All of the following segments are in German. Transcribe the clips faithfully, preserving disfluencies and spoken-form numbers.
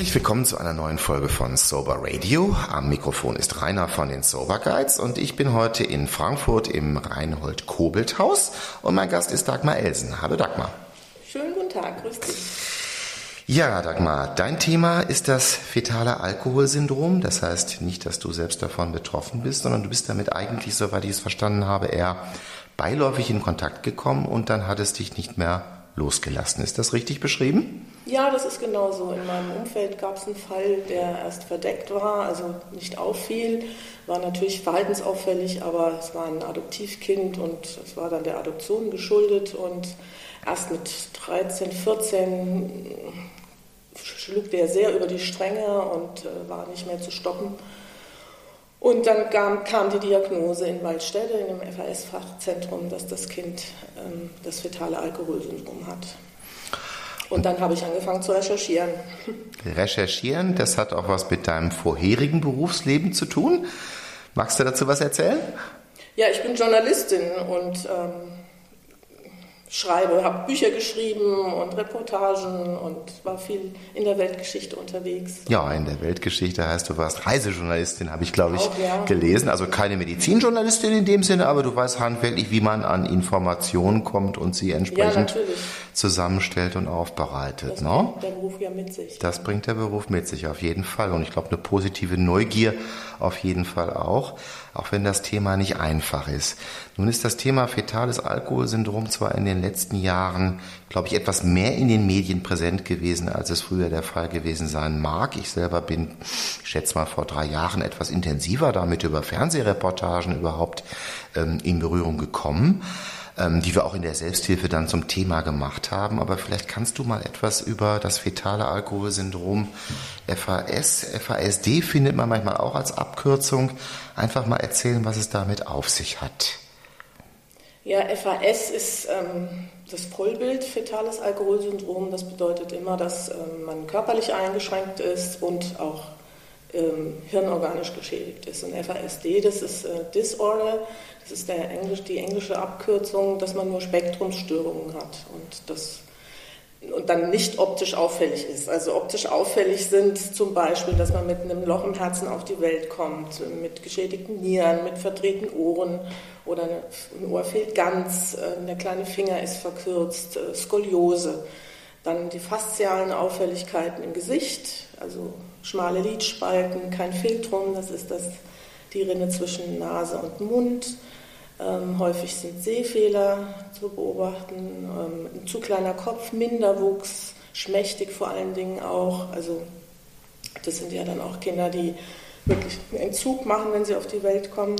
Herzlich willkommen zu einer neuen Folge von Sober Radio. Am Mikrofon ist Rainer von den Sober Guides und ich bin heute in Frankfurt im Reinhold-Kobelt-Haus und mein Gast ist Dagmar Elsen. Hallo Dagmar. Schönen guten Tag, grüß dich. Ja, Dagmar, dein Thema ist das fetale Alkoholsyndrom. Das heißt nicht, dass du selbst davon betroffen bist, sondern du bist damit eigentlich, soweit ich es verstanden habe, eher beiläufig in Kontakt gekommen und dann hat es dich nicht mehr losgelassen. Ist das richtig beschrieben? Ja, das ist genau so. In meinem Umfeld gab es einen Fall, der erst verdeckt war, also nicht auffiel, war natürlich verhaltensauffällig, aber es war ein Adoptivkind und es war dann der Adoption geschuldet und erst mit dreizehn, vierzehn schlug der sehr über die Stränge und äh, war nicht mehr zu stoppen. Und dann kam, kam die Diagnose in Waldstätte, in einem F A S-Fachzentrum, dass das Kind ähm, das fetale Alkoholsyndrom hat. Und dann habe ich angefangen zu recherchieren. Recherchieren, das hat auch was mit deinem vorherigen Berufsleben zu tun. Magst du dazu was erzählen? Ja, ich bin Journalistin und ähm, schreibe, habe Bücher geschrieben und Reportagen und war viel in der Weltgeschichte unterwegs. Ja, in der Weltgeschichte heißt, du warst Reisejournalistin, habe ich, glaube ich, Auch, ja. gelesen. Also keine Medizinjournalistin in dem Sinne, aber du weißt handwerklich, wie man an Informationen kommt und sie entsprechend ja, zusammenstellt und aufbereitet. Das ne? bringt der Beruf ja mit sich. Das bringt der Beruf mit sich, auf jeden Fall. Und ich glaube, eine positive Neugier auf jeden Fall auch, auch wenn das Thema nicht einfach ist. Nun ist das Thema fetales Alkoholsyndrom zwar in den letzten Jahren, glaube ich, etwas mehr in den Medien präsent gewesen, als es früher der Fall gewesen sein mag. Ich selber bin, ich schätze mal, vor drei Jahren etwas intensiver damit über Fernsehreportagen überhaupt ähm, in Berührung gekommen, ähm, die wir auch in der Selbsthilfe dann zum Thema gemacht haben. Aber vielleicht kannst du mal etwas über das fetale Alkoholsyndrom, F A S, F A S D findet man manchmal auch als Abkürzung, einfach mal erzählen, was es damit auf sich hat. Ja, F A S ist ähm, das Vollbild fetales Alkoholsyndrom. Das bedeutet immer, dass ähm, man körperlich eingeschränkt ist und auch ähm, hirnorganisch geschädigt ist. Und F A S D, das ist äh, Disorder, das ist der Englisch, die englische Abkürzung, dass man nur Spektrumsstörungen hat und das und dann nicht optisch auffällig ist. Also optisch auffällig sind zum Beispiel, dass man mit einem Loch im Herzen auf die Welt kommt, mit geschädigten Nieren, mit verdrehten Ohren oder ein Ohr fehlt ganz, der kleine Finger ist verkürzt, Skoliose. Dann die faszialen Auffälligkeiten im Gesicht, also schmale Lidspalten, kein Philtrum, das ist das, die Rinne zwischen Nase und Mund. Ähm, häufig sind Sehfehler zu beobachten, ähm, ein zu kleiner Kopf, Minderwuchs, schmächtig vor allen Dingen auch. Also das sind ja dann auch Kinder, die wirklich einen Entzug machen, wenn sie auf die Welt kommen.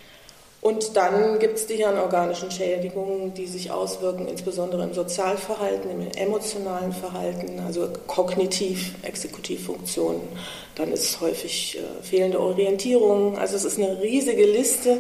Und dann gibt es die hirnorganischen Schädigungen, die sich auswirken, insbesondere im Sozialverhalten, im emotionalen Verhalten, also kognitiv, Exekutivfunktionen. Dann ist es häufig äh, fehlende Orientierung. Also es ist eine riesige Liste.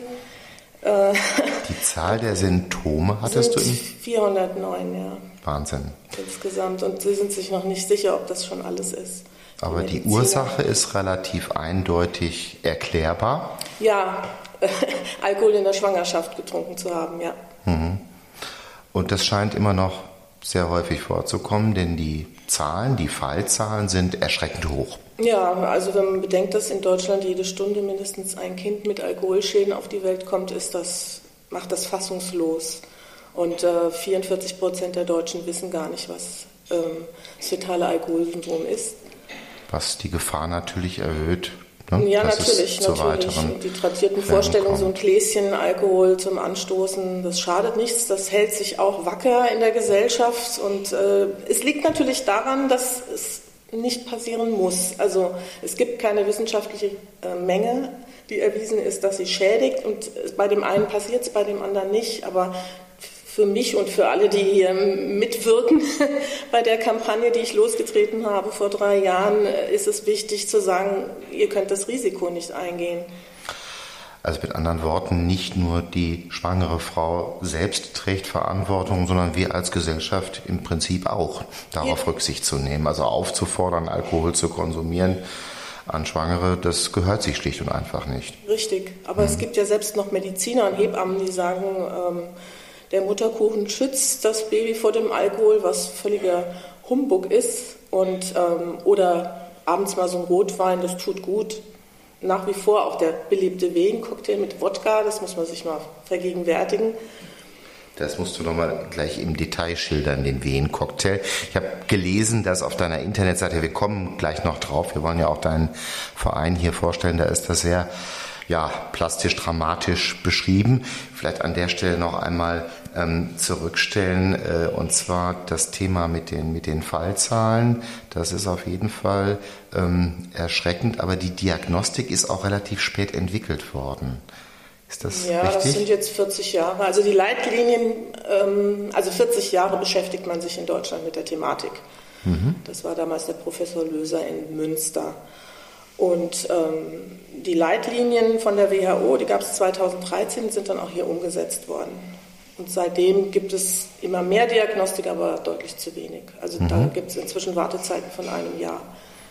Die Zahl der Symptome hattest du? vierhundertneun, ja. Wahnsinn. Insgesamt. Und sie sind sich noch nicht sicher, ob das schon alles ist. Aber die, die Ursache ist relativ eindeutig erklärbar. Ja, Alkohol in der Schwangerschaft getrunken zu haben, ja. Mhm. Und das scheint immer noch sehr häufig vorzukommen, denn die Zahlen, die Fallzahlen sind erschreckend hoch. Ja, also wenn man bedenkt, dass in Deutschland jede Stunde mindestens ein Kind mit Alkoholschäden auf die Welt kommt, ist das, macht das fassungslos. Und äh, vierundvierzig Prozent der Deutschen wissen gar nicht, was ähm, das fetale Alkoholsyndrom ist. Was die Gefahr natürlich erhöht. Ne? Ja, das natürlich, natürlich. Und die tradierten Vorstellungen, so ein Gläschen Alkohol zum Anstoßen, das schadet nichts, das hält sich auch wacker in der Gesellschaft. Und äh, es liegt natürlich daran, dass es nicht passieren muss. Also es gibt keine wissenschaftliche äh, Menge, die erwiesen ist, dass sie schädigt. Und bei dem einen passiert es, bei dem anderen nicht. Aber für mich und für alle, die hier mitwirken bei der Kampagne, die ich losgetreten habe vor drei Jahren, ist es wichtig zu sagen, ihr könnt das Risiko nicht eingehen. Also mit anderen Worten, nicht nur die schwangere Frau selbst trägt Verantwortung, sondern wir als Gesellschaft im Prinzip auch, darauf ja. Rücksicht zu nehmen. Also aufzufordern, Alkohol zu konsumieren an Schwangere, das gehört sich schlicht und einfach nicht. Richtig, aber mhm. es gibt ja selbst noch Mediziner und Hebammen, die sagen, ähm, der Mutterkuchen schützt das Baby vor dem Alkohol, was völliger Humbug ist. Und, ähm, oder abends mal so ein Rotwein, das tut gut. Nach wie vor auch der beliebte Venencocktail mit Wodka, das muss man sich mal vergegenwärtigen. Das musst du nochmal gleich im Detail schildern, den Venencocktail. Ich habe gelesen, dass auf deiner Internetseite, wir kommen gleich noch drauf, wir wollen ja auch deinen Verein hier vorstellen, da ist das sehr ja, plastisch, dramatisch beschrieben. Vielleicht an der Stelle noch einmal ähm, zurückstellen, äh, und zwar das Thema mit den, mit den Fallzahlen. Das ist auf jeden Fall ähm, erschreckend, aber die Diagnostik ist auch relativ spät entwickelt worden. Ist das ja, richtig? Das sind jetzt vierzig Jahre. Also die Leitlinien, ähm, also vierzig Jahre beschäftigt man sich in Deutschland mit der Thematik. Mhm. Das war damals der Professor Löser in Münster. Und ähm, die Leitlinien von der W H O, die gab es zweitausenddreizehn, sind dann auch hier umgesetzt worden. Und seitdem gibt es immer mehr Diagnostik, aber deutlich zu wenig. Also mhm. da gibt es inzwischen Wartezeiten von einem Jahr.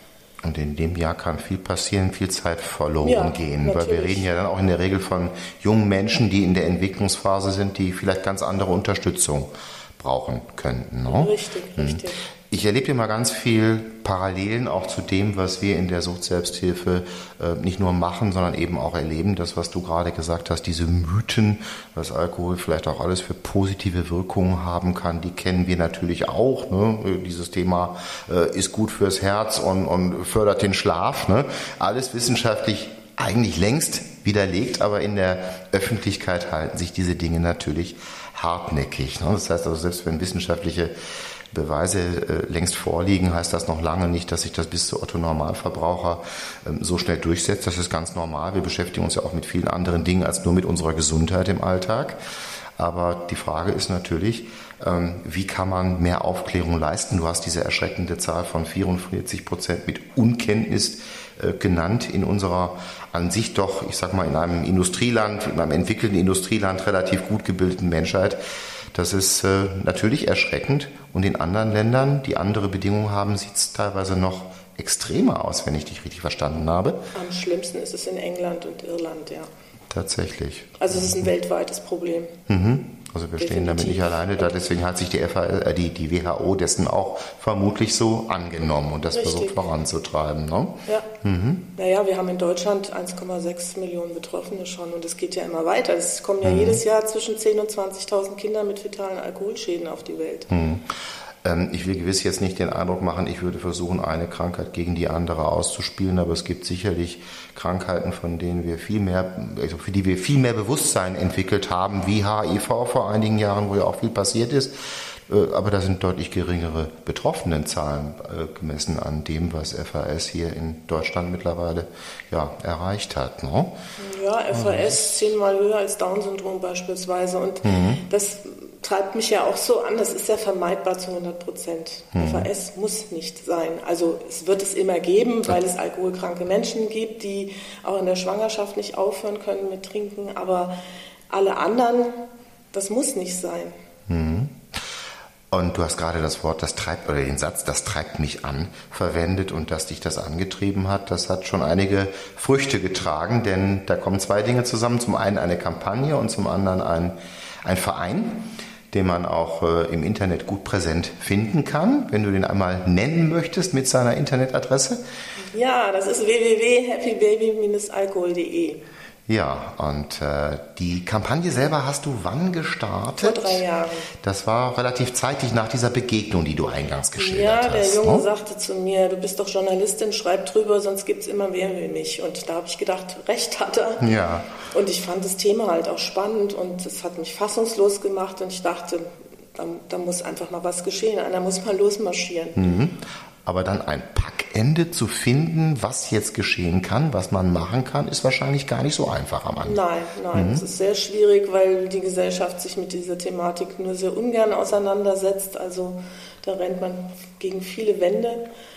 Und in dem Jahr kann viel passieren, viel Zeit verloren ja, gehen. Natürlich. Weil wir reden ja dann auch in der Regel von jungen Menschen, die in der Entwicklungsphase sind, die vielleicht ganz andere Unterstützung brauchen könnten. Ne? Richtig, hm. richtig. Ich erlebe immer ganz viel Parallelen auch zu dem, was wir in der Sucht-Selbsthilfe äh, nicht nur machen, sondern eben auch erleben. Das, was du gerade gesagt hast, diese Mythen, was Alkohol vielleicht auch alles für positive Wirkungen haben kann, die kennen wir natürlich auch. Ne? Dieses Thema äh, ist gut fürs Herz und, und fördert den Schlaf. Ne? Alles wissenschaftlich eigentlich längst widerlegt, aber in der Öffentlichkeit halten sich diese Dinge natürlich hartnäckig. Ne? Das heißt also, selbst wenn wissenschaftliche Beweise äh, längst vorliegen, heißt das noch lange nicht, dass sich das bis zu Otto-Normalverbraucher ähm, so schnell durchsetzt. Das ist ganz normal. Wir beschäftigen uns ja auch mit vielen anderen Dingen als nur mit unserer Gesundheit im Alltag. Aber die Frage ist natürlich, ähm, wie kann man mehr Aufklärung leisten? Du hast diese erschreckende Zahl von vierundvierzig Prozent mit Unkenntnis äh, genannt in unserer an sich doch, ich sag mal, in einem Industrieland, in einem entwickelten Industrieland relativ gut gebildeten Menschheit. Das ist äh, natürlich erschreckend, und in anderen Ländern, die andere Bedingungen haben, sieht es teilweise noch extremer aus, wenn ich dich richtig verstanden habe. Am schlimmsten ist es in England und Irland, ja. Tatsächlich. Also es ist ein weltweites Problem. Mhm. Also wir Definitiv. stehen damit nicht alleine da, deswegen hat sich die, F H, äh, die, die W H O dessen auch vermutlich so angenommen und das Richtig. versucht voranzutreiben. Ne? Ja. Mhm. Naja, wir haben in Deutschland eins Komma sechs Millionen Betroffene schon, und es geht ja immer weiter. Es kommen ja mhm. jedes Jahr zwischen zehntausend und zwanzigtausend Kinder mit fetalen Alkoholschäden auf die Welt. Mhm. Ich will gewiss jetzt nicht den Eindruck machen, ich würde versuchen, eine Krankheit gegen die andere auszuspielen, aber es gibt sicherlich Krankheiten, von denen wir viel mehr, also für die wir viel mehr Bewusstsein entwickelt haben, wie H I V vor einigen Jahren, wo ja auch viel passiert ist. Aber da sind deutlich geringere Betroffenenzahlen gemessen an dem, was F A S hier in Deutschland mittlerweile ja, erreicht hat. Ne? Ja, F A S zehnmal höher als Down-Syndrom beispielsweise. Und mhm. das treibt mich ja auch so an, das ist ja vermeidbar zu hundert Prozent. Mhm. F A S muss nicht sein. Also es wird es immer geben, weil es alkoholkranke Menschen gibt, die auch in der Schwangerschaft nicht aufhören können mit Trinken. Aber alle anderen, das muss nicht sein. Mhm. Und du hast gerade das Wort, das treibt, oder den Satz, das treibt mich an, verwendet, und dass dich das angetrieben hat, das hat schon einige Früchte getragen, denn da kommen zwei Dinge zusammen. Zum einen eine Kampagne und zum anderen ein, ein Verein, den man auch äh, im Internet gut präsent finden kann. Wenn du den einmal nennen möchtest mit seiner Internetadresse. Ja, das ist w w w punkt happy baby dash alkohol punkt d e. Ja, und äh, die Kampagne selber hast du wann gestartet? Vor drei Jahren. Das war relativ zeitig nach dieser Begegnung, die du eingangs geschildert ja, hast. Ja, der Junge ne? sagte zu mir, du bist doch Journalistin, schreib drüber, sonst gibt es immer wer wie mich. Und da habe ich gedacht, recht hat er. Ja. Und ich fand das Thema halt auch spannend, und es hat mich fassungslos gemacht, und ich dachte, da, da muss einfach mal was geschehen, einer muss mal losmarschieren. Mhm. Aber dann ein Packende zu finden, was jetzt geschehen kann, was man machen kann, ist wahrscheinlich gar nicht so einfach am Anfang. Nein, nein, mhm. es ist sehr schwierig, weil die Gesellschaft sich mit dieser Thematik nur sehr ungern auseinandersetzt. Also da rennt man gegen viele Wände.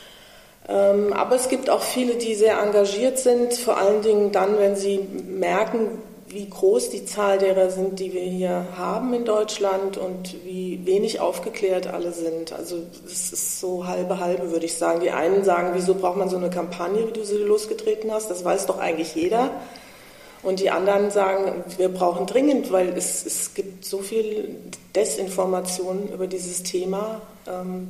Ähm, aber es gibt auch viele, die sehr engagiert sind, vor allen Dingen dann, wenn sie merken, wie groß die Zahl derer sind, die wir hier haben in Deutschland, und wie wenig aufgeklärt alle sind. Also das ist so halbe halbe, würde ich sagen. Die einen sagen, wieso braucht man so eine Kampagne, wie du sie losgetreten hast? Das weiß doch eigentlich jeder. Und die anderen sagen, wir brauchen dringend, weil es, es gibt so viel Desinformation über dieses Thema. Ähm,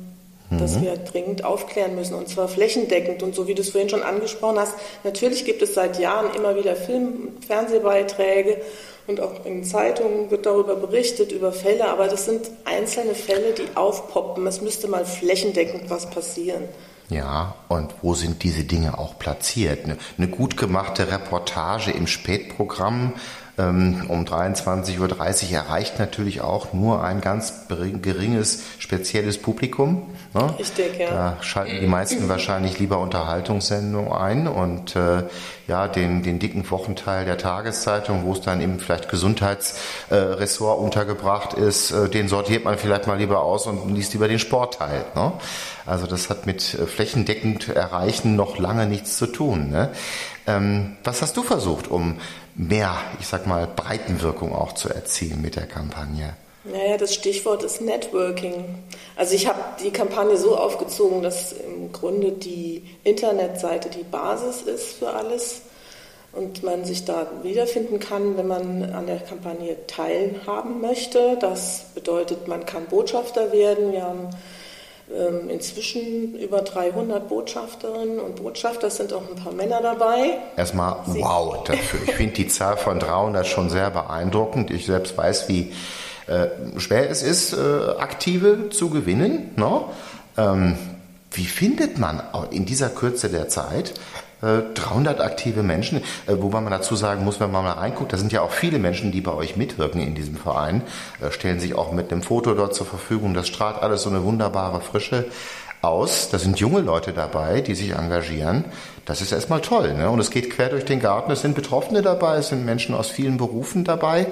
mhm. dass wir dringend aufklären müssen, und zwar flächendeckend. Und so wie du es vorhin schon angesprochen hast, natürlich gibt es seit Jahren immer wieder Film- und Fernsehbeiträge und auch in Zeitungen wird darüber berichtet, über Fälle, aber das sind einzelne Fälle, die aufpoppen. Es müsste mal flächendeckend was passieren. Ja, und wo sind diese Dinge auch platziert? Eine, eine gut gemachte Reportage im Spätprogramm ähm, um dreiundzwanzig Uhr dreißig erreicht natürlich auch nur ein ganz geringes, spezielles Publikum. Ne? Richtig, ja. Da schalten die meisten wahrscheinlich lieber Unterhaltungssendungen ein und äh, ja, den, den dicken Wochenteil der Tageszeitung, wo es dann eben vielleicht Gesundheitsressort äh, untergebracht ist, äh, den sortiert man vielleicht mal lieber aus und liest lieber den Sportteil. Ne? Also das hat mit äh, flächendeckend Erreichen noch lange nichts zu tun. Ne? Ähm, was hast du versucht, um mehr, ich sag mal, Breitenwirkung auch zu erzielen mit der Kampagne? Naja, das Stichwort ist Networking. Also ich habe die Kampagne so aufgezogen, dass im Grunde die Internetseite die Basis ist für alles und man sich da wiederfinden kann, wenn man an der Kampagne teilhaben möchte. Das bedeutet, man kann Botschafter werden. Wir haben ähm, inzwischen über dreihundert Botschafterinnen und Botschafter, es sind auch ein paar Männer dabei. Erstmal wow dafür. Ich finde die Zahl von dreihundert schon sehr beeindruckend. Ich selbst weiß, wie äh, schwer es ist, äh, Aktive zu gewinnen. Ne? Ähm, wie findet man in dieser Kürze der Zeit äh, dreihundert aktive Menschen? Äh, wobei man dazu sagen muss, wenn man mal reinguckt, da sind ja auch viele Menschen, die bei euch mitwirken in diesem Verein, äh, stellen sich auch mit einem Foto dort zur Verfügung. Das strahlt alles so eine wunderbare Frische aus. Da sind junge Leute dabei, die sich engagieren. Das ist erstmal toll. Ne? Und es geht quer durch den Garten. Es sind Betroffene dabei, es sind Menschen aus vielen Berufen dabei.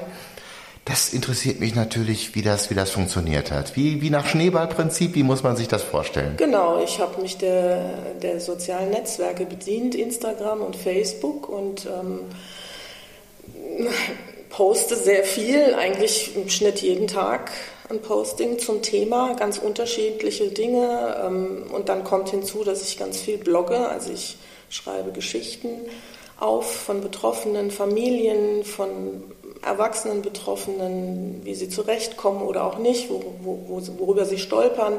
Das interessiert mich natürlich, wie das, wie das funktioniert hat. Wie, wie nach Schneeballprinzip, wie muss man sich das vorstellen? Genau, ich habe mich der, der sozialen Netzwerke bedient, Instagram und Facebook, und ähm, poste sehr viel, eigentlich im Schnitt jeden Tag ein Posting zum Thema, ganz unterschiedliche Dinge. Ähm, und dann kommt hinzu, dass ich ganz viel blogge, also ich schreibe Geschichten auf von betroffenen Familien, von erwachsenen Betroffenen, wie sie zurechtkommen oder auch nicht, wo, wo, worüber sie stolpern.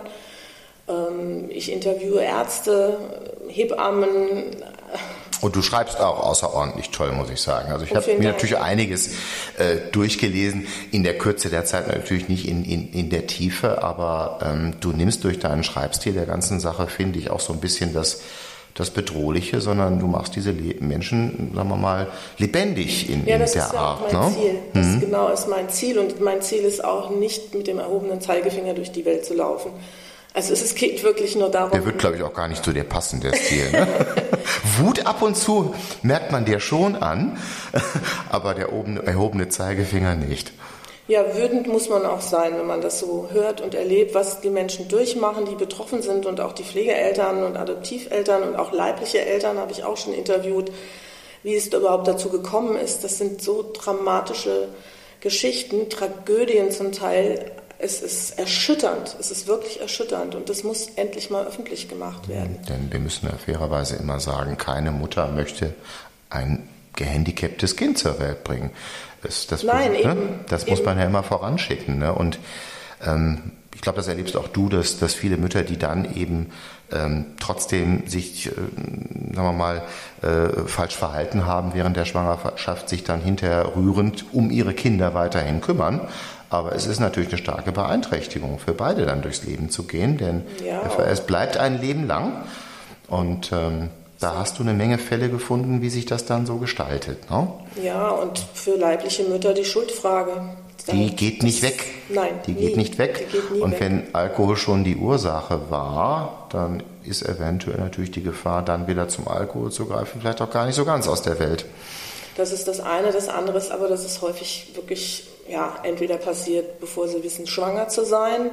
Ich interviewe Ärzte, Hebammen. Und du schreibst auch außerordentlich toll, muss ich sagen. Also ich habe mir Dank. natürlich einiges äh, durchgelesen, in der Kürze der Zeit natürlich nicht in, in, in der Tiefe, aber ähm, du nimmst durch deinen Schreibstil der ganzen Sache, finde ich, auch so ein bisschen das das Bedrohliche, sondern du machst diese Le- Menschen, sagen wir mal, lebendig in, ja, in das der ist ja Art. Auch mein Ne? Ziel. Das mhm. genau ist mein Ziel, und mein Ziel ist auch nicht, mit dem erhobenen Zeigefinger durch die Welt zu laufen. Also es geht wirklich nur darum... Der wird, glaube ich, auch gar nicht zu dir passen, der Stil. Ne? Wut ab und zu merkt man dir schon an, aber der oben, erhobene Zeigefinger nicht. Ja, wütend muss man auch sein, wenn man das so hört und erlebt, was die Menschen durchmachen, die betroffen sind, und auch die Pflegeeltern und Adoptiveltern und auch leibliche Eltern habe ich auch schon interviewt, wie es überhaupt dazu gekommen ist. Das sind so dramatische Geschichten, Tragödien zum Teil. Es ist erschütternd, es ist wirklich erschütternd, und das muss endlich mal öffentlich gemacht werden. Denn wir müssen ja fairerweise immer sagen, keine Mutter möchte ein gehandicaptes Kind zur Welt bringen. Das, das, Nein, ne? eben. Das eben. muss man ja immer voranschicken. Ne? Und ähm, ich glaube, das erlebst auch du, dass, dass viele Mütter, die dann eben ähm, trotzdem sich, äh, sagen wir mal, äh, falsch verhalten haben während der Schwangerschaft, sich dann hinterher rührend um ihre Kinder weiterhin kümmern. Aber es ist natürlich eine starke Beeinträchtigung für beide, dann durchs Leben zu gehen, denn ja. F A S bleibt ein Leben lang, und ähm, da hast du eine Menge Fälle gefunden, wie sich das dann so gestaltet. Ne? Ja, und für leibliche Mütter die Schuldfrage. Die geht nicht weg. Nein, die nie. geht nicht weg. Die geht nie und weg. wenn Alkohol schon die Ursache war, dann ist eventuell natürlich die Gefahr, dann wieder zum Alkohol zu greifen, vielleicht auch gar nicht so ganz aus der Welt. Das ist das eine. Das andere ist aber, dass es häufig wirklich ja, entweder passiert, bevor sie wissen, schwanger zu sein,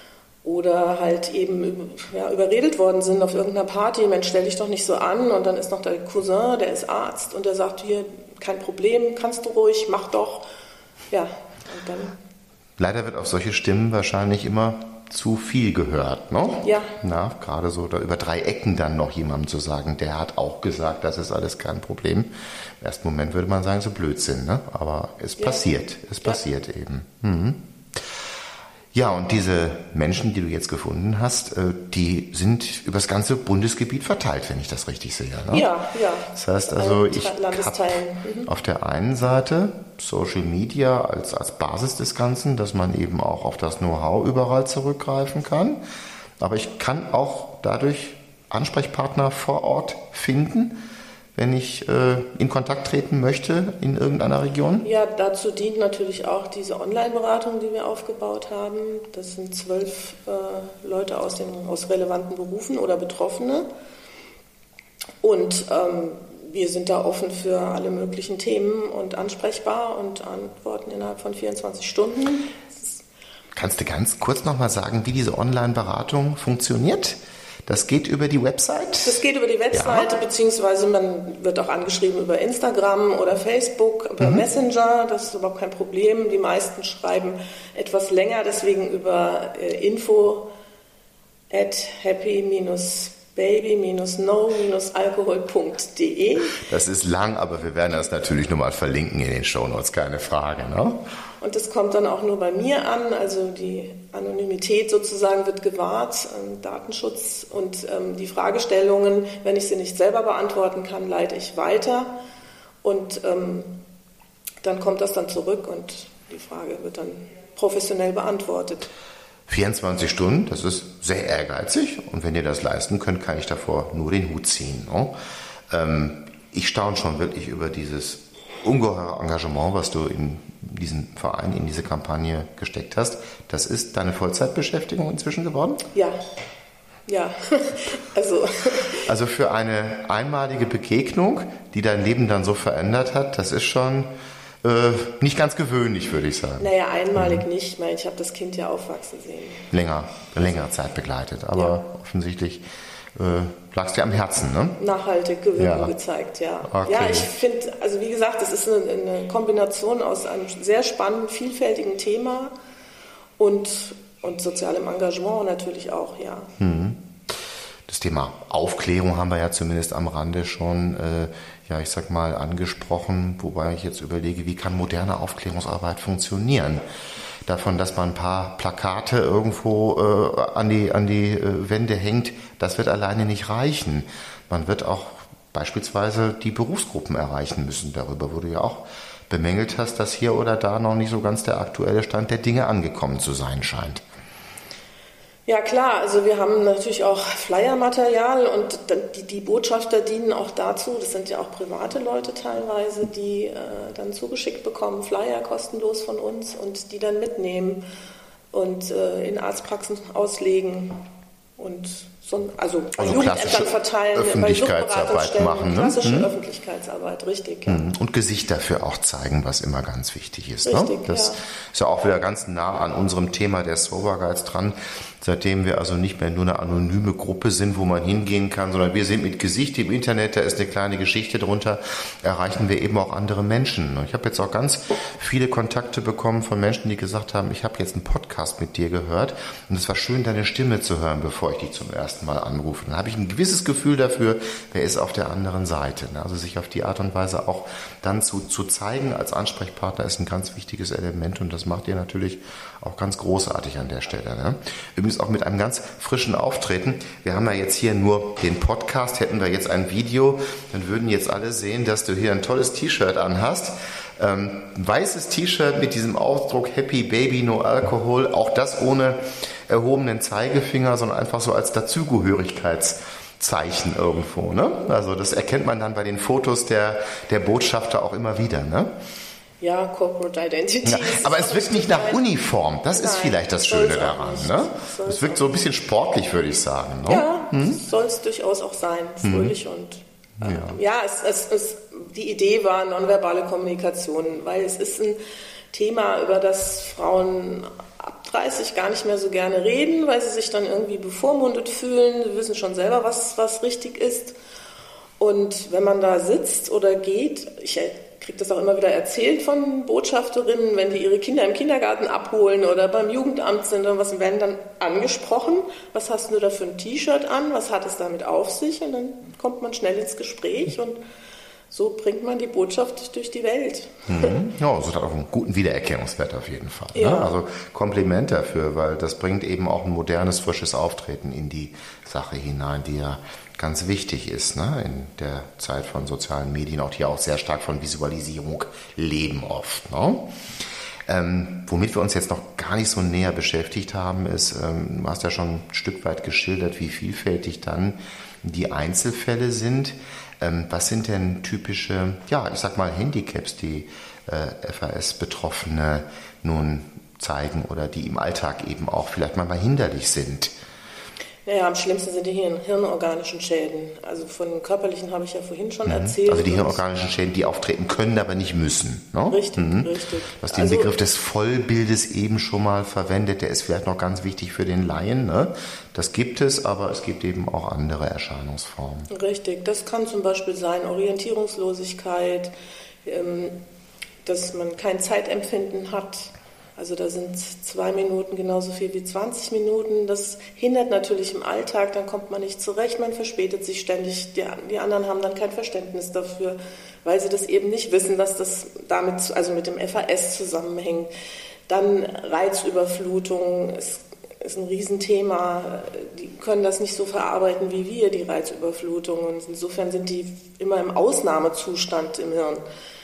oder halt eben ja, überredet worden sind auf irgendeiner Party. Mensch, stell dich doch nicht so an. Und dann ist noch der Cousin, der ist Arzt, und der sagt, hier, kein Problem, kannst du ruhig, mach doch. Ja, und dann... Leider wird auf solche Stimmen wahrscheinlich immer zu viel gehört, ne? Ja. Na, gerade so da über drei Ecken dann noch jemandem zu sagen, der hat auch gesagt, das ist alles kein Problem. Im ersten Moment würde man sagen, so Blödsinn, ne? Aber es ja. passiert, es ja. passiert eben. Mhm. Ja, und diese Menschen, die du jetzt gefunden hast, die sind über das ganze Bundesgebiet verteilt, wenn ich das richtig sehe. Ne? Ja, ja. Das heißt also, ich habe mhm. auf der einen Seite Social Media als, als Basis des Ganzen, dass man eben auch auf das Know-how überall zurückgreifen kann. Aber ich kann auch dadurch Ansprechpartner vor Ort finden, wenn ich äh, in Kontakt treten möchte in irgendeiner Region? Ja, dazu dient natürlich auch diese Online-Beratung, die wir aufgebaut haben. Das sind zwölf äh, Leute aus, den, aus relevanten Berufen oder Betroffene. Und ähm, wir sind da offen für alle möglichen Themen und ansprechbar und antworten innerhalb von vierundzwanzig Stunden. Kannst du ganz kurz nochmal sagen, wie diese Online-Beratung funktioniert? Das geht über die Website? Das geht über die Website, ja. Beziehungsweise man wird auch angeschrieben über Instagram oder Facebook, über mhm. Messenger. Das ist überhaupt kein Problem. Die meisten schreiben etwas länger, deswegen über äh, info at happy baby no alkohol punkt de. Das ist lang, aber wir werden das natürlich nochmal verlinken in den Shownotes, keine Frage. Ne? Und das kommt dann auch nur bei mir an, also die Anonymität sozusagen wird gewahrt, ähm, Datenschutz und ähm, die Fragestellungen, wenn ich sie nicht selber beantworten kann, leite ich weiter und ähm, dann kommt das dann zurück und die Frage wird dann professionell beantwortet. vierundzwanzig Stunden, das ist sehr ehrgeizig und wenn ihr das leisten könnt, kann ich davor nur den Hut ziehen. Ne? Ähm, ich staune schon wirklich über dieses ungeheure Engagement, was du in diesen Verein, in diese Kampagne gesteckt hast. Das ist deine Vollzeitbeschäftigung inzwischen geworden? Ja, ja. also. also für eine einmalige Begegnung, die dein Leben dann so verändert hat, das ist schon äh, nicht ganz gewöhnlich, würde ich sagen. Naja, einmalig mhm. nicht. Ich meine, ich habe das Kind ja aufwachsen sehen. Länger, längere Zeit begleitet, aber ja. offensichtlich äh, lag es dir am Herzen, ne? Nachhaltig Wirkung ja. gezeigt, ja. Okay. Ja, ich finde, also wie gesagt, das ist eine, eine Kombination aus einem sehr spannenden, vielfältigen Thema und, und sozialem Engagement natürlich auch, ja. Mhm. Das Thema Aufklärung haben wir ja zumindest am Rande schon, äh, ja, ich sag mal, angesprochen, wobei ich jetzt überlege, wie kann moderne Aufklärungsarbeit funktionieren? Davon, dass man ein paar Plakate irgendwo äh, an die, an die äh, Wände hängt, das wird alleine nicht reichen. Man wird auch beispielsweise die Berufsgruppen erreichen müssen. Darüber, wo du ja auch bemängelt hast, dass hier oder da noch nicht so ganz der aktuelle Stand der Dinge angekommen zu sein scheint. Ja klar, also wir haben natürlich auch Flyer-Material und die, die Botschafter dienen auch dazu, das sind ja auch private Leute teilweise, die äh, dann zugeschickt bekommen, Flyer kostenlos von uns und die dann mitnehmen und äh, in Arztpraxen auslegen und so, also bei also Jugendämtern verteilen, Öffentlichkeitsarbeit machen. Ne? Klassische mhm. Öffentlichkeitsarbeit, richtig. Ja. Und Gesicht dafür auch zeigen, was immer ganz wichtig ist. Richtig, ne? Das ja. ist ja auch wieder ganz nah an unserem Thema der Sober Guides dran. Seitdem wir also nicht mehr nur eine anonyme Gruppe sind, wo man hingehen kann, sondern wir sind mit Gesicht im Internet, da ist eine kleine Geschichte drunter, erreichen wir eben auch andere Menschen. Ich habe jetzt auch ganz viele Kontakte bekommen von Menschen, die gesagt haben, ich habe jetzt einen Podcast mit dir gehört und es war schön, deine Stimme zu hören, bevor ich dich zum ersten Mal anrufe. Dann habe ich ein gewisses Gefühl dafür, wer ist auf der anderen Seite. Also sich auf die Art und Weise auch dann zu, zu zeigen als Ansprechpartner ist ein ganz wichtiges Element und das macht ihr natürlich auch ganz großartig an der Stelle. Ne? Übrigens auch mit einem ganz frischen Auftreten. Wir haben ja jetzt hier nur den Podcast, hätten wir jetzt ein Video, dann würden jetzt alle sehen, dass du hier ein tolles T-Shirt anhast. Ähm, ein weißes T-Shirt mit diesem Ausdruck Happy Baby No Alcohol, auch das ohne erhobenen Zeigefinger, sondern einfach so als Dazugehörigkeitszeichen irgendwo. Ne? Also das erkennt man dann bei den Fotos der, der Botschafter auch immer wieder. Ne? Ja, Corporate Identity. Ja, aber es wirkt nicht nach Uniform. Das ist Nein, vielleicht das Schöne daran. Ne? Es wirkt so ein bisschen sportlich, würde ich sagen. Ne? Ja, hm? soll es durchaus auch sein. Fröhlich hm. und äh, ja, ja es, es, es, die Idee war nonverbale Kommunikation, weil es ist ein Thema, über das Frauen ab dreißig gar nicht mehr so gerne reden, weil sie sich dann irgendwie bevormundet fühlen. Sie wissen schon selber, was, was richtig ist. Und wenn man da sitzt oder geht, ich kriege das auch immer wieder erzählt von Botschafterinnen, wenn die ihre Kinder im Kindergarten abholen oder beim Jugendamt sind und was, werden dann angesprochen, was hast du da für ein T-Shirt an, was hat es damit auf sich und dann kommt man schnell ins Gespräch und so bringt man die Botschaft durch die Welt. Mhm. Ja, so hat auch einen guten Wiedererkennungswert auf jeden Fall. Ja. Ne? Also Kompliment dafür, weil das bringt eben auch ein modernes, frisches Auftreten in die Sache hinein, die ja ganz wichtig ist, ne? In der Zeit von sozialen Medien, auch die auch sehr stark von Visualisierung leben oft. Ne? Ähm, womit wir uns jetzt noch gar nicht so näher beschäftigt haben, ist, ähm, du hast ja schon ein Stück weit geschildert, wie vielfältig dann die Einzelfälle sind. Ähm, was sind denn typische, ja, ich sag mal Handicaps, die äh, F A S-Betroffene nun zeigen oder die im Alltag eben auch vielleicht mal hinderlich sind? Naja, am schlimmsten sind die Hirn hirnorganischen Schäden. Also von körperlichen habe ich ja vorhin schon Mhm. erzählt. Also die hirnorganischen Schäden, die auftreten können, aber nicht müssen. Ne? Richtig, mhm. richtig. Du hast den also, Begriff des Vollbildes eben schon mal verwendet. Der ist vielleicht noch ganz wichtig für den Laien. Ne? Das gibt es, aber es gibt eben auch andere Erscheinungsformen. Richtig, das kann zum Beispiel sein Orientierungslosigkeit, ähm, dass man kein Zeitempfinden hat. Also da sind zwei Minuten genauso viel wie zwanzig Minuten. Das hindert natürlich im Alltag, dann kommt man nicht zurecht, man verspätet sich ständig. Die, die anderen haben dann kein Verständnis dafür, weil sie das eben nicht wissen, dass das damit, also mit dem F A S zusammenhängt. Dann Reizüberflutung ist, ist ein Riesenthema. Die können das nicht so verarbeiten wie wir, die Reizüberflutung. Und insofern sind die immer im Ausnahmezustand im Hirn.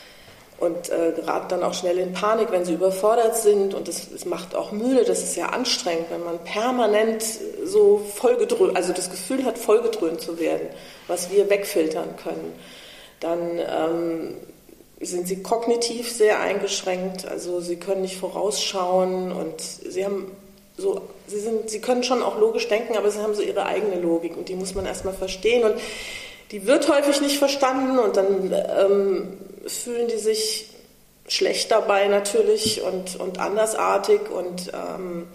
Und äh, geraten dann auch schnell in Panik, wenn sie überfordert sind. Und das, das macht auch müde, das ist ja anstrengend, wenn man permanent so vollgedröhnt, also das Gefühl hat, vollgedröhnt zu werden, was wir wegfiltern können. Dann ähm, sind sie kognitiv sehr eingeschränkt, also sie können nicht vorausschauen und sie haben so, sie sind, sie können schon auch logisch denken, aber sie haben so ihre eigene Logik und die muss man erstmal verstehen. Und die wird häufig nicht verstanden und dann ähm, fühlen die sich schlecht dabei natürlich und, und andersartig und ähm,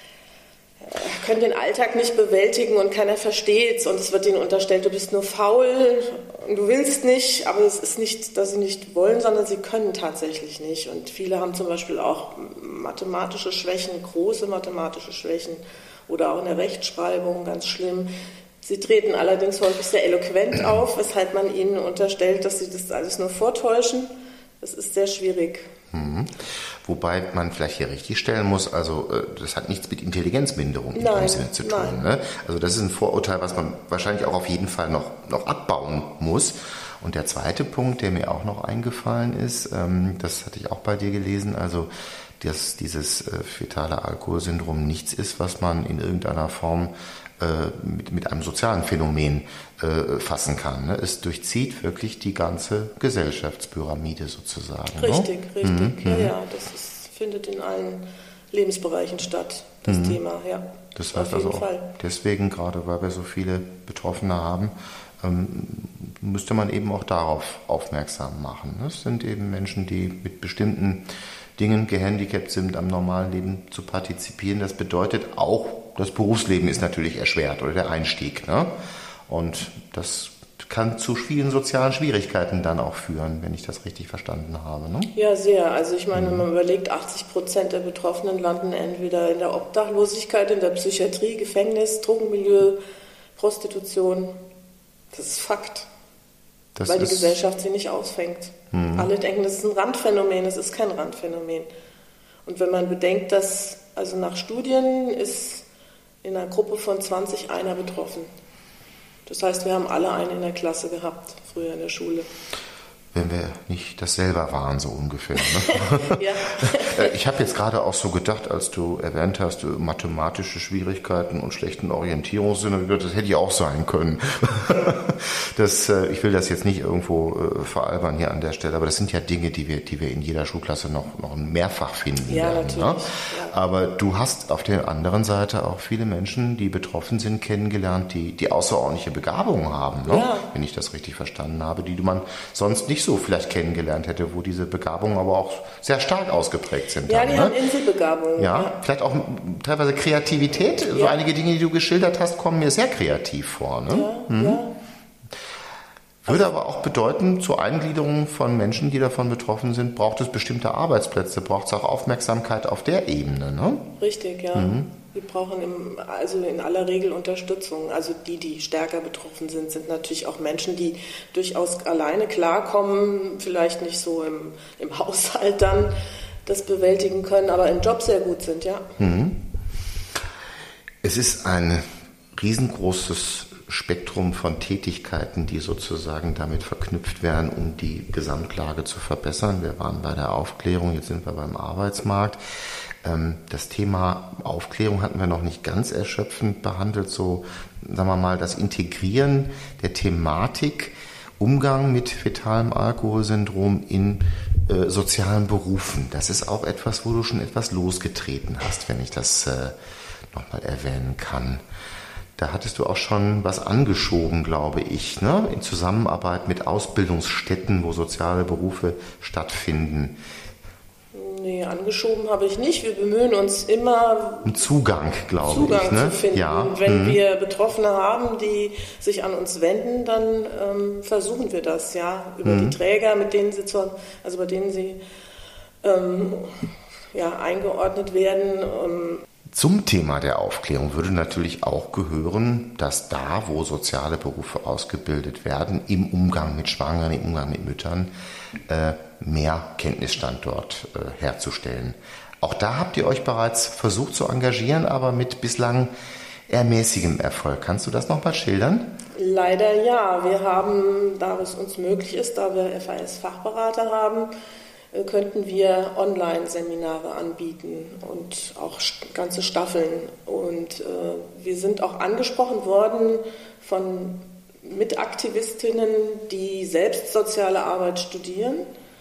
können den Alltag nicht bewältigen und keiner versteht's und es wird ihnen unterstellt, du bist nur faul und du willst nicht, aber es ist nicht, dass sie nicht wollen, sondern sie können tatsächlich nicht. Und viele haben zum Beispiel auch mathematische Schwächen, große mathematische Schwächen oder auch in der Rechtschreibung, ganz schlimm. Sie treten allerdings häufig sehr eloquent auf, weshalb man ihnen unterstellt, dass sie das alles nur vortäuschen. Das ist sehr schwierig. Mhm. Wobei man vielleicht hier richtig stellen muss, also das hat nichts mit Intelligenzminderung in Nein, dem Sinne zu tun. Ne? Also das ist ein Vorurteil, was man wahrscheinlich auch auf jeden Fall noch, noch abbauen muss. Und der zweite Punkt, der mir auch noch eingefallen ist, das hatte ich auch bei dir gelesen, also dass dieses fetale Alkoholsyndrom nichts ist, was man in irgendeiner Form Mit, mit einem sozialen Phänomen äh, fassen kann. Ne? Es durchzieht wirklich die ganze Gesellschaftspyramide sozusagen. Richtig, ne? richtig. Mhm, ja, ja, das ist, findet in allen Lebensbereichen statt, das mhm. Thema. Ja, das heißt also auch deswegen, gerade weil wir so viele Betroffene haben, ähm, müsste man eben auch darauf aufmerksam machen. Ne? Es sind eben Menschen, die mit bestimmten Dingen gehandicapt sind, am normalen Leben zu partizipieren. Das bedeutet auch, das Berufsleben ist natürlich erschwert oder der Einstieg. Ne? Und das kann zu vielen sozialen Schwierigkeiten dann auch führen, wenn ich das richtig verstanden habe. Ne? Ja, sehr. Also ich meine, wenn man überlegt, achtzig Prozent der Betroffenen landen entweder in der Obdachlosigkeit, in der Psychiatrie, Gefängnis, Drogenmilieu, Prostitution. Das ist Fakt. Das weil die Gesellschaft sie nicht ausfängt. Mhm. Alle denken, das ist ein Randphänomen, es ist kein Randphänomen. Und wenn man bedenkt, dass also nach Studien ist in einer Gruppe von zwanzig einer betroffen. Das heißt, wir haben alle einen in der Klasse gehabt, früher in der Schule. Wenn wir nicht das selber waren, so ungefähr. Ne? Ja. Ich habe jetzt gerade auch so gedacht, als du erwähnt hast, mathematische Schwierigkeiten und schlechten Orientierungssinn, das hätte ich auch sein können. Das, ich will das jetzt nicht irgendwo veralbern hier an der Stelle, aber das sind ja Dinge, die wir, die wir in jeder Schulklasse noch, noch mehrfach finden ja, werden. Natürlich. Ne? Ja. Aber du hast auf der anderen Seite auch viele Menschen, die betroffen sind, kennengelernt, die, die außerordentliche Begabungen haben, ne? Ja. Wenn ich das richtig verstanden habe, die man sonst nicht so vielleicht kennengelernt hätte, wo diese Begabungen aber auch sehr stark ausgeprägt sind. Ja, dann, die ne? haben Inselbegabungen. Ja, ja, vielleicht auch teilweise Kreativität. Ja. So einige Dinge, die du geschildert hast, kommen mir sehr kreativ vor. Ne? Ja, mhm. ja. Würde aber auch bedeuten, zur Eingliederung von Menschen, die davon betroffen sind, braucht es bestimmte Arbeitsplätze, braucht es auch Aufmerksamkeit auf der Ebene, ne? Richtig, ja. Mhm. Wir brauchen im, also in aller Regel Unterstützung. Also die, die stärker betroffen sind, sind natürlich auch Menschen, die durchaus alleine klarkommen, vielleicht nicht so im, im Haushalt dann das bewältigen können, aber im Job sehr gut sind, ja. Mhm. Es ist ein riesengroßes Spektrum von Tätigkeiten, die sozusagen damit verknüpft werden, um die Gesamtlage zu verbessern. Wir waren bei der Aufklärung, jetzt sind wir beim Arbeitsmarkt. Das Thema Aufklärung hatten wir noch nicht ganz erschöpfend behandelt, so sagen wir mal das Integrieren der Thematik Umgang mit fetalem Alkoholsyndrom in äh, sozialen Berufen. Das ist auch etwas, wo du schon etwas losgetreten hast, wenn ich das äh, nochmal erwähnen kann. Da hattest du auch schon was angeschoben, glaube ich, ne? In Zusammenarbeit mit Ausbildungsstätten, wo soziale Berufe stattfinden. Nee, angeschoben habe ich nicht. Wir bemühen uns immer, einen Zugang, glaube Zugang ich. Ne? zu finden. Ja. Wenn hm. wir Betroffene haben, die sich an uns wenden, dann ähm, versuchen wir das, ja, über hm. die Träger, mit denen sie zur, also bei denen sie ähm, ja, eingeordnet werden. Ähm, Zum Thema der Aufklärung würde natürlich auch gehören, dass da, wo soziale Berufe ausgebildet werden, im Umgang mit Schwangeren, im Umgang mit Müttern, äh, mehr Kenntnisstand dort äh, herzustellen. Auch da habt ihr euch bereits versucht zu engagieren, aber mit bislang eher mäßigem Erfolg. Kannst du das nochmal schildern? Leider ja. Wir haben, da es uns möglich ist, da wir F A S-Fachberater haben, könnten wir Online-Seminare anbieten und auch ganze Staffeln. Und äh, wir sind auch angesprochen worden von Mitaktivistinnen, die selbst soziale Arbeit studieren.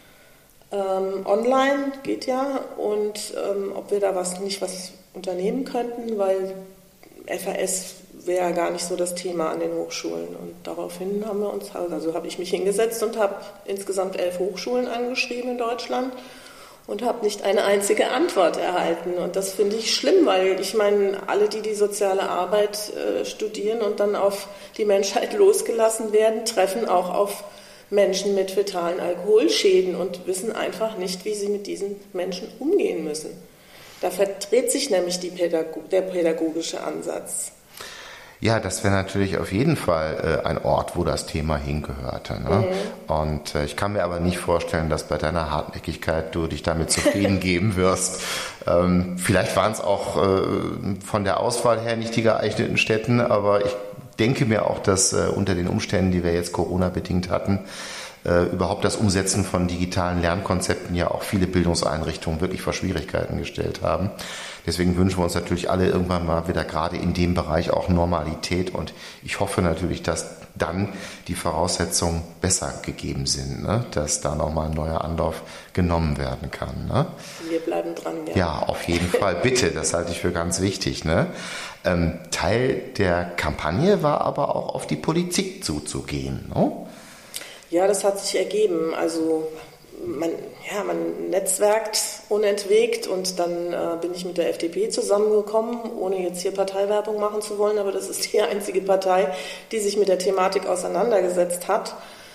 Ähm, online geht ja. Und ähm, ob wir da was nicht was unternehmen könnten, weil F A S wäre ja gar nicht so das Thema an den Hochschulen. Und daraufhin haben wir uns, also habe ich mich hingesetzt und habe insgesamt elf Hochschulen angeschrieben in Deutschland und habe nicht eine einzige Antwort erhalten. Und das finde ich schlimm, weil ich meine, alle, die die soziale Arbeit äh, studieren und dann auf die Menschheit losgelassen werden, treffen auch auf Menschen mit fetalen Alkoholschäden und wissen einfach nicht, wie sie mit diesen Menschen umgehen müssen. Da verdreht sich nämlich die Pädago- der pädagogische Ansatz. Ja, das wäre natürlich auf jeden Fall äh, ein Ort, wo das Thema hingehörte. Ne? Mhm. Und äh, ich kann mir aber nicht vorstellen, dass bei deiner Hartnäckigkeit du dich damit zufrieden geben wirst. Ähm, vielleicht waren es auch äh, von der Auswahl her nicht die geeigneten Städten, aber ich denke mir auch, dass äh, unter den Umständen, die wir jetzt Corona-bedingt hatten, äh, überhaupt das Umsetzen von digitalen Lernkonzepten ja auch viele Bildungseinrichtungen wirklich vor Schwierigkeiten gestellt haben. Deswegen wünschen wir uns natürlich alle irgendwann mal wieder gerade in dem Bereich auch Normalität und ich hoffe natürlich, dass dann die Voraussetzungen besser gegeben sind, ne? Dass da nochmal ein neuer Anlauf genommen werden kann. Ne? Wir bleiben dran, ja. Ja, auf jeden Fall, bitte, das halte ich für ganz wichtig. Ne? Ähm, Teil der Kampagne war aber auch auf die Politik zuzugehen. Ne? Ja, das hat sich ergeben. Also man, ja, man netzwerkt unentwegt und dann äh, bin ich mit der F D P zusammengekommen, ohne jetzt hier Parteiwerbung machen zu wollen, aber das ist die einzige Partei, die sich mit der Thematik auseinandergesetzt hat.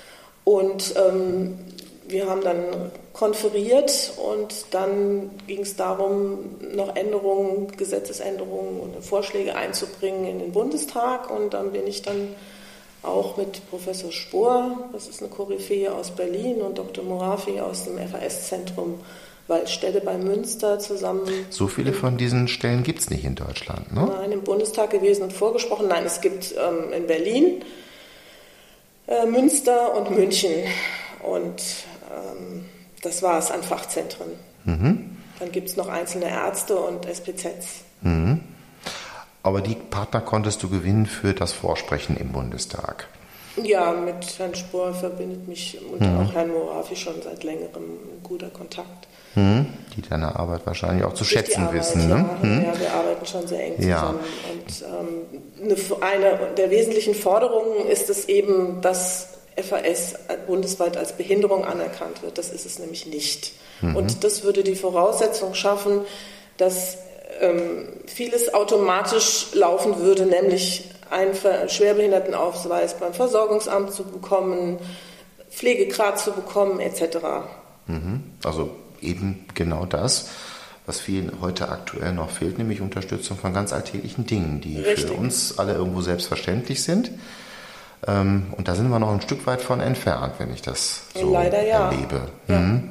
Und ähm, wir haben dann konferiert und dann ging es darum, noch Änderungen, Gesetzesänderungen und Vorschläge einzubringen in den Bundestag und dann bin ich dann auch mit Professor Spohr, das ist eine Koryphäe aus Berlin, und Doktor Morafi aus dem F A S-Zentrum Waldstätte bei Münster zusammen. So viele von diesen Stellen gibt es nicht in Deutschland, ne? Nein, im Bundestag gewesen und vorgesprochen. Nein, es gibt ähm, in Berlin, äh, Münster und München. Und ähm, das war es an Fachzentren. Mhm. Dann gibt es noch einzelne Ärzte und S P Zs. Mhm. Aber die Partner konntest du gewinnen für das Vorsprechen im Bundestag. Ja, mit Herrn Spohr verbindet mich und mhm. auch Herrn Morafi schon seit längerem ein guter Kontakt. Mhm. Die deine Arbeit wahrscheinlich auch zu Durch schätzen Arbeit, wissen. Ja. Ne? Mhm. Ja, wir arbeiten schon sehr eng zusammen. Ja. Und ähm, eine, eine der wesentlichen Forderungen ist es eben, dass F A S bundesweit als Behinderung anerkannt wird. Das ist es nämlich nicht. Mhm. Und das würde die Voraussetzung schaffen, dass vieles automatisch laufen würde, nämlich einen Schwerbehindertenausweis beim Versorgungsamt zu bekommen, Pflegegrad zu bekommen, et cetera. Also eben genau das, was vielen heute aktuell noch fehlt, nämlich Unterstützung von ganz alltäglichen Dingen, die Richtig. Für uns alle irgendwo selbstverständlich sind. Und da sind wir noch ein Stück weit von entfernt, wenn ich das so Leider, ja. erlebe. Ja. Mhm.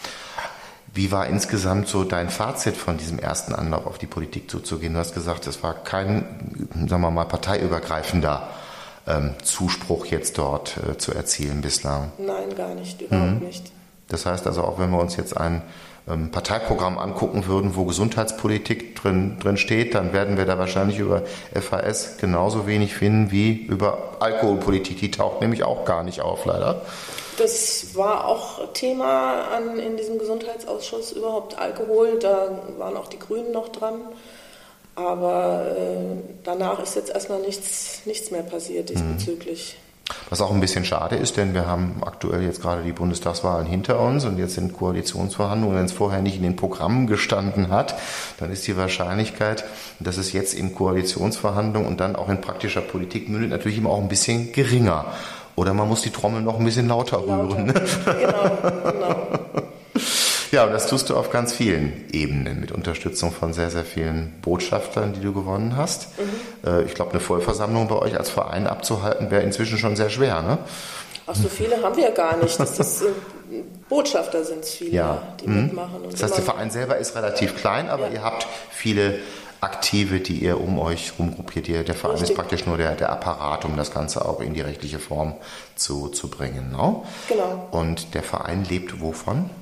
Wie war insgesamt so dein Fazit von diesem ersten Anlauf auf die Politik zuzugehen? Du hast gesagt, es war kein, sagen wir mal, parteiübergreifender ähm, Zuspruch jetzt dort äh, zu erzielen bislang. Nein, gar nicht, überhaupt mhm. nicht. Das heißt also, auch wenn wir uns jetzt ein ähm, Parteiprogramm angucken würden, wo Gesundheitspolitik drin, drin steht, dann werden wir da wahrscheinlich über F H S genauso wenig finden wie über Alkoholpolitik. Die taucht nämlich auch gar nicht auf, leider. Das war auch Thema an, in diesem Gesundheitsausschuss, überhaupt Alkohol. Da waren auch die Grünen noch dran. Aber äh, danach ist jetzt erstmal nichts, nichts mehr passiert diesbezüglich. Was auch ein bisschen schade ist, denn wir haben aktuell jetzt gerade die Bundestagswahlen hinter uns und jetzt sind Koalitionsverhandlungen. Wenn es vorher nicht in den Programmen gestanden hat, dann ist die Wahrscheinlichkeit, dass es jetzt in Koalitionsverhandlungen und dann auch in praktischer Politik mündet, natürlich immer auch ein bisschen geringer. Oder man muss die Trommel noch ein bisschen lauter, lauter. rühren. Ne? Genau, genau. Ja, und das tust du auf ganz vielen Ebenen mit Unterstützung von sehr, sehr vielen Botschaftern, die du gewonnen hast. Mhm. Ich glaube, eine Vollversammlung bei euch als Verein abzuhalten, wäre inzwischen schon sehr schwer, ne? Ach, so viele haben wir gar nicht. Das ist, Botschafter sind es viele, ja. die mhm. mitmachen. Und das heißt, der Verein selber ist relativ klein, aber ja. ihr habt viele Aktive, die ihr um euch rumgruppiert. Der Verein Richtig. Ist praktisch nur der, der Apparat, um das Ganze auch in die rechtliche Form zu, zu bringen. No? Genau. Und der Verein lebt wovon?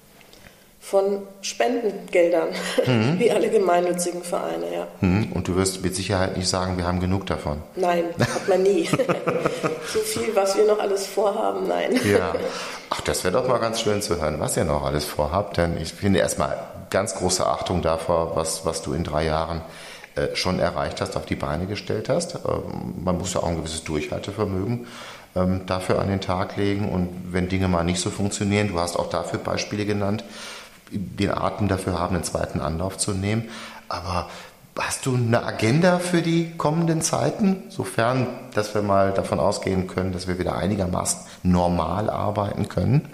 Von Spendengeldern, mhm. wie alle gemeinnützigen Vereine, ja. Mhm. Und du wirst mit Sicherheit nicht sagen, wir haben genug davon. Nein, hat man nie. So viel, was wir noch alles vorhaben, nein. Ja. Ach, das wäre doch mal ganz schön zu hören, was ihr noch alles vorhabt. Denn ich finde erstmal ganz große Achtung davor, was, was du in drei Jahren äh, schon erreicht hast, auf die Beine gestellt hast. Ähm, man muss ja auch ein gewisses Durchhaltevermögen ähm, dafür an den Tag legen. Und wenn Dinge mal nicht so funktionieren, du hast auch dafür Beispiele genannt, den Atem dafür haben, einen zweiten Anlauf zu nehmen. Aber hast du eine Agenda für die kommenden Zeiten, sofern, dass wir mal davon ausgehen können, dass wir wieder einigermaßen normal arbeiten können?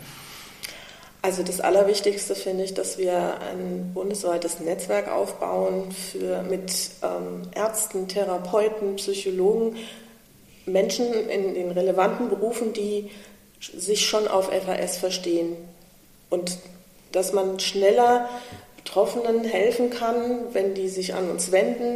Also das Allerwichtigste finde ich, dass wir ein bundesweites Netzwerk aufbauen für, mit ähm, Ärzten, Therapeuten, Psychologen, Menschen in den relevanten Berufen, die sich schon auf F A S verstehen. Und dass man schneller Betroffenen helfen kann, wenn die sich an uns wenden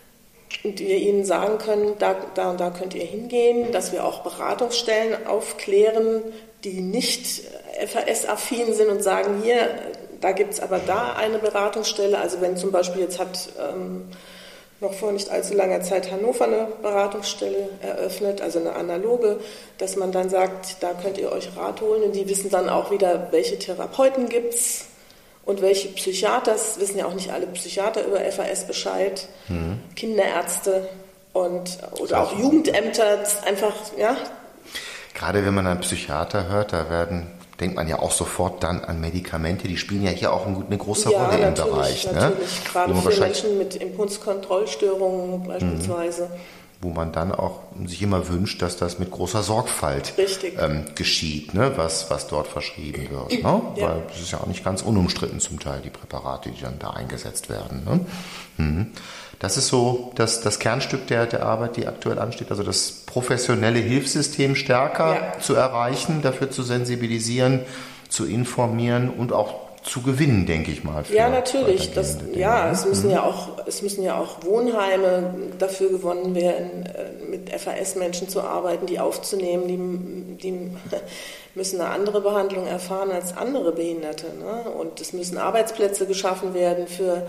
und wir ihnen sagen können, da, da und da könnt ihr hingehen, dass wir auch Beratungsstellen aufklären, die nicht F A S-affin sind und sagen, hier, da gibt es aber da eine Beratungsstelle. Also wenn zum Beispiel jetzt hat ähm, noch vor nicht allzu langer Zeit Hannover eine Beratungsstelle eröffnet, also eine analoge, dass man dann sagt, da könnt ihr euch Rat holen und die wissen dann auch wieder, welche Therapeuten gibt es und welche Psychiater, das wissen ja auch nicht alle Psychiater über F A S Bescheid, mhm. Kinderärzte und oder auch Jugendämter, einfach, ja. Gerade wenn man einen Psychiater hört, da werden denkt man ja auch sofort dann an Medikamente, die spielen ja hier auch eine große ja, Rolle im Bereich. Natürlich, ne? Gerade für Menschen mit Impulskontrollstörungen beispielsweise. Wo man dann auch sich immer wünscht, dass das mit großer Sorgfalt ähm, geschieht, ne? was, was dort verschrieben wird. Ne? Ja. Weil es ist ja auch nicht ganz unumstritten zum Teil, die Präparate, die dann da eingesetzt werden. Ne? Mhm. Das ist so das, das Kernstück der, der Arbeit, die aktuell ansteht, also das professionelle Hilfssystem stärker ja. zu erreichen, dafür zu sensibilisieren, zu informieren und auch zu gewinnen, denke ich mal. Ja, natürlich. Das, ja, es müssen ja auch, es müssen ja auch Wohnheime dafür gewonnen werden, mit F A S-Menschen zu arbeiten, die aufzunehmen, die, die müssen eine andere Behandlung erfahren als andere Behinderte. Ne? Und es müssen Arbeitsplätze geschaffen werden für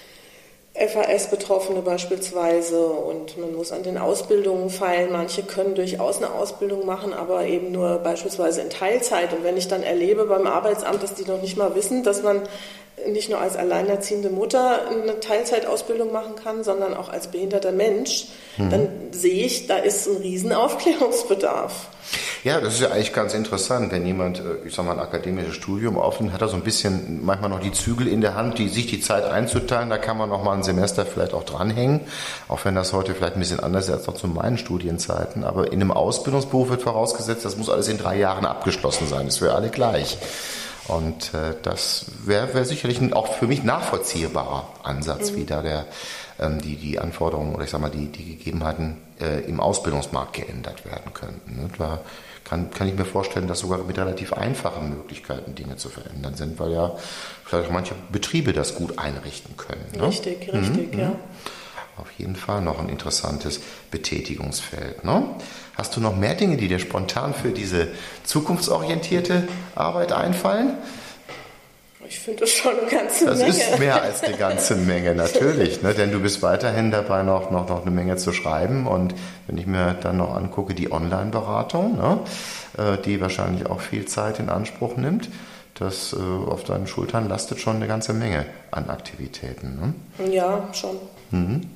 F A S-Betroffene beispielsweise und man muss an den Ausbildungen feilen. Manche können durchaus eine Ausbildung machen, aber eben nur beispielsweise in Teilzeit. Und wenn ich dann erlebe beim Arbeitsamt, dass die noch nicht mal wissen, dass man nicht nur als alleinerziehende Mutter eine Teilzeitausbildung machen kann, sondern auch als behinderter Mensch, mhm. dann sehe ich, da ist ein riesen Aufklärungsbedarf. Ja, das ist ja eigentlich ganz interessant, wenn jemand, ich sag mal, ein akademisches Studium aufnimmt, hat er so ein bisschen manchmal noch die Zügel in der Hand, die, sich die Zeit einzuteilen, da kann man noch mal ein Semester vielleicht auch dranhängen, auch wenn das heute vielleicht ein bisschen anders ist als noch zu meinen Studienzeiten, aber in einem Ausbildungsberuf wird vorausgesetzt, das muss alles in drei Jahren abgeschlossen sein, das ist für alle gleich. Und äh, das wäre wär sicherlich ein auch für mich nachvollziehbarer Ansatz, mhm. wie da der, ähm, die, die Anforderungen oder ich sag mal die, die Gegebenheiten äh, im Ausbildungsmarkt geändert werden könnten. Ne? Da kann, kann ich mir vorstellen, dass sogar mit relativ einfachen Möglichkeiten Dinge zu verändern sind, weil ja vielleicht auch manche Betriebe das gut einrichten können. Ne? Richtig, richtig, mhm. ja. Auf jeden Fall noch ein interessantes Betätigungsfeld. Ne? Hast du noch mehr Dinge, die dir spontan für diese zukunftsorientierte Arbeit einfallen? Ich finde das schon eine ganze das Menge. Das ist mehr als eine ganze Menge, natürlich. Ne? Denn du bist weiterhin dabei, noch, noch, noch eine Menge zu schreiben. Und wenn ich mir dann noch angucke, die Online-Beratung, ne? die wahrscheinlich auch viel Zeit in Anspruch nimmt, das äh, auf deinen Schultern lastet schon eine ganze Menge an Aktivitäten. Ne? Ja, schon. Mhm.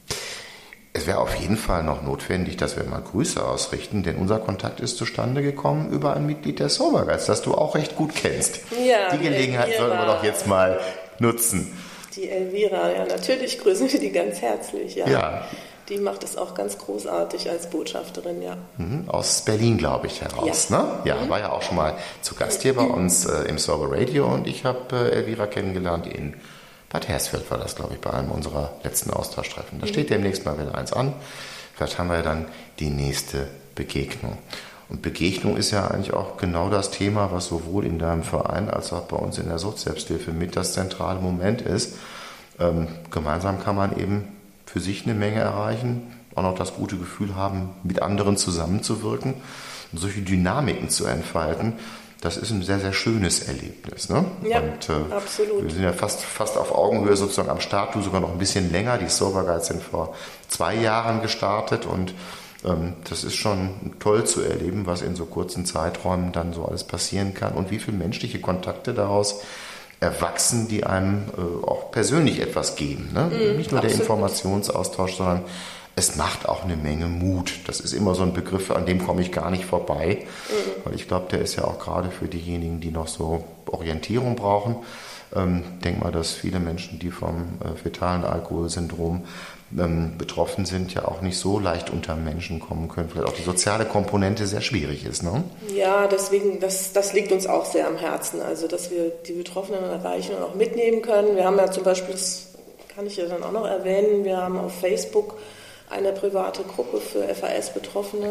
Es wäre auf jeden Fall noch notwendig, dass wir mal Grüße ausrichten, denn unser Kontakt ist zustande gekommen über ein Mitglied der Sober Guides, das du auch recht gut kennst. Ja, die Gelegenheit Elvira. sollten wir doch jetzt mal nutzen. Die Elvira, ja, natürlich grüßen wir die ganz herzlich. Ja. ja. Die macht es auch ganz großartig als Botschafterin, ja. Mhm, aus Berlin, glaube ich, heraus. Ja, ne? ja mhm. war ja auch schon mal zu Gast hier bei uns äh, im Sober Radio und ich habe äh, Elvira kennengelernt in Bad Hersfeld war das, glaube ich, bei einem unserer letzten Austauschtreffen. Da steht demnächst mal wieder eins an. Vielleicht haben wir dann die nächste Begegnung. Und Begegnung ist ja eigentlich auch genau das Thema, was sowohl in deinem Verein als auch bei uns in der Suchtselbsthilfe mit das zentrale Moment ist. Ähm, gemeinsam kann man eben für sich eine Menge erreichen, auch noch das gute Gefühl haben, mit anderen zusammenzuwirken und solche Dynamiken zu entfalten. Das ist ein sehr, sehr schönes Erlebnis. Ne? Ja, und, äh, absolut. Wir sind ja fast, fast auf Augenhöhe sozusagen am Start, du sogar noch ein bisschen länger. Die Sober Guides sind vor zwei Jahren gestartet und ähm, das ist schon toll zu erleben, was in so kurzen Zeiträumen dann so alles passieren kann und wie viele menschliche Kontakte daraus erwachsen, die einem äh, auch persönlich etwas geben. Ne? Mm, Nicht nur absolut. Der Informationsaustausch, sondern es macht auch eine Menge Mut. Das ist immer so ein Begriff, an dem komme ich gar nicht vorbei. Mhm. Weil ich glaube, der ist ja auch gerade für diejenigen, die noch so Orientierung brauchen. Ähm, denk mal, dass viele Menschen, die vom äh, fetalen Alkoholsyndrom ähm, betroffen sind, ja auch nicht so leicht unter Menschen kommen können. Vielleicht auch die soziale Komponente sehr schwierig ist. Ne? Ja, deswegen, das, das liegt uns auch sehr am Herzen. Also, dass wir die Betroffenen erreichen und auch mitnehmen können. Wir haben ja zum Beispiel, das kann ich ja dann auch noch erwähnen, wir haben auf Facebook eine private Gruppe für F A S-Betroffene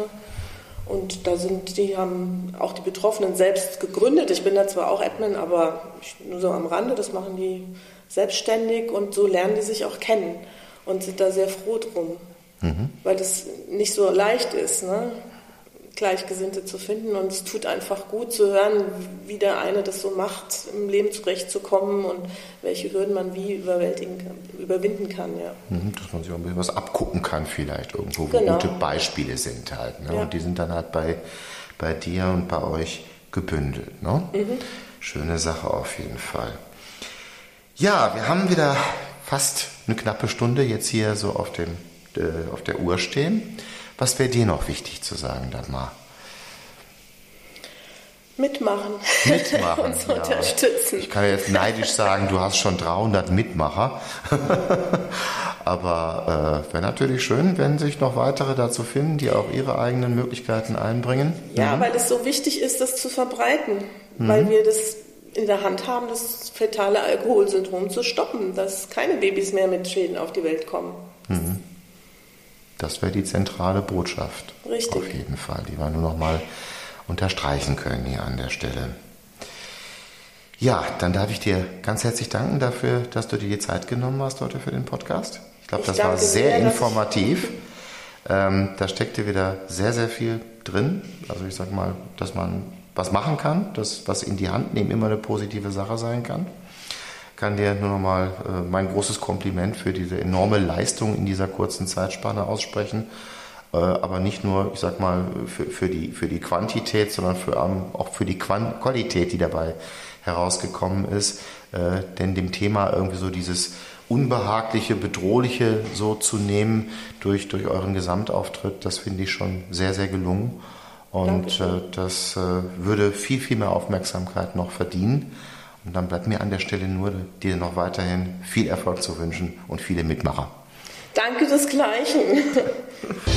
und da sind die haben auch die Betroffenen selbst gegründet. Ich bin da zwar auch Admin, aber ich, nur so am Rande, das machen die selbstständig und so lernen die sich auch kennen und sind da sehr froh drum, mhm. weil das nicht so leicht ist, ne? Gleichgesinnte zu finden und es tut einfach gut zu hören, wie der eine das so macht, im Leben zurechtzukommen und welche Hürden man wie überwältigen kann, überwinden kann. Ja. Dass man sich auch ein bisschen was abgucken kann vielleicht irgendwo, wo genau. gute Beispiele sind halt. Ne? Ja. Und die sind dann halt bei, bei dir und bei euch gebündelt. Ne? Mhm. Schöne Sache auf jeden Fall. Ja, wir haben wieder fast eine knappe Stunde jetzt hier so auf, dem, äh, auf der Uhr stehen. Was wäre dir noch wichtig zu sagen, Dagmar? Mitmachen. Mitmachen, uns ja. unterstützen. Ich kann jetzt neidisch sagen, du hast schon dreihundert Mitmacher. Aber äh, wäre natürlich schön, wenn sich noch weitere dazu finden, die auch ihre eigenen Möglichkeiten einbringen. Ja, mhm. weil es so wichtig ist, das zu verbreiten. Mhm. Weil wir das in der Hand haben, das fetale Alkoholsyndrom zu stoppen, dass keine Babys mehr mit Schäden auf die Welt kommen. Mhm. Das wäre die zentrale Botschaft. Richtig. Auf jeden Fall, die wir nur noch mal unterstreichen können hier an der Stelle. Ja, dann darf ich dir ganz herzlich danken dafür, dass du dir die Zeit genommen hast heute für den Podcast. Ich glaube, das war sehr informativ. Ähm, da steckte wieder sehr, sehr viel drin. Also ich sag mal, dass man was machen kann, dass was in die Hand nehmen immer eine positive Sache sein kann. Kann dir nur noch mal äh, mein großes Kompliment für diese enorme Leistung in dieser kurzen Zeitspanne aussprechen. aber nicht nur, ich sag mal, für, für, die, für die Quantität, sondern für, auch für die Qualität, die dabei herausgekommen ist. Denn dem Thema irgendwie so dieses Unbehagliche, Bedrohliche so zu nehmen durch, durch euren Gesamtauftritt, das finde ich schon sehr, sehr gelungen. Und äh, das äh, würde viel, viel mehr Aufmerksamkeit noch verdienen. Und dann bleibt mir an der Stelle nur, dir noch weiterhin viel Erfolg zu wünschen und viele Mitmacher. Danke, desgleichen.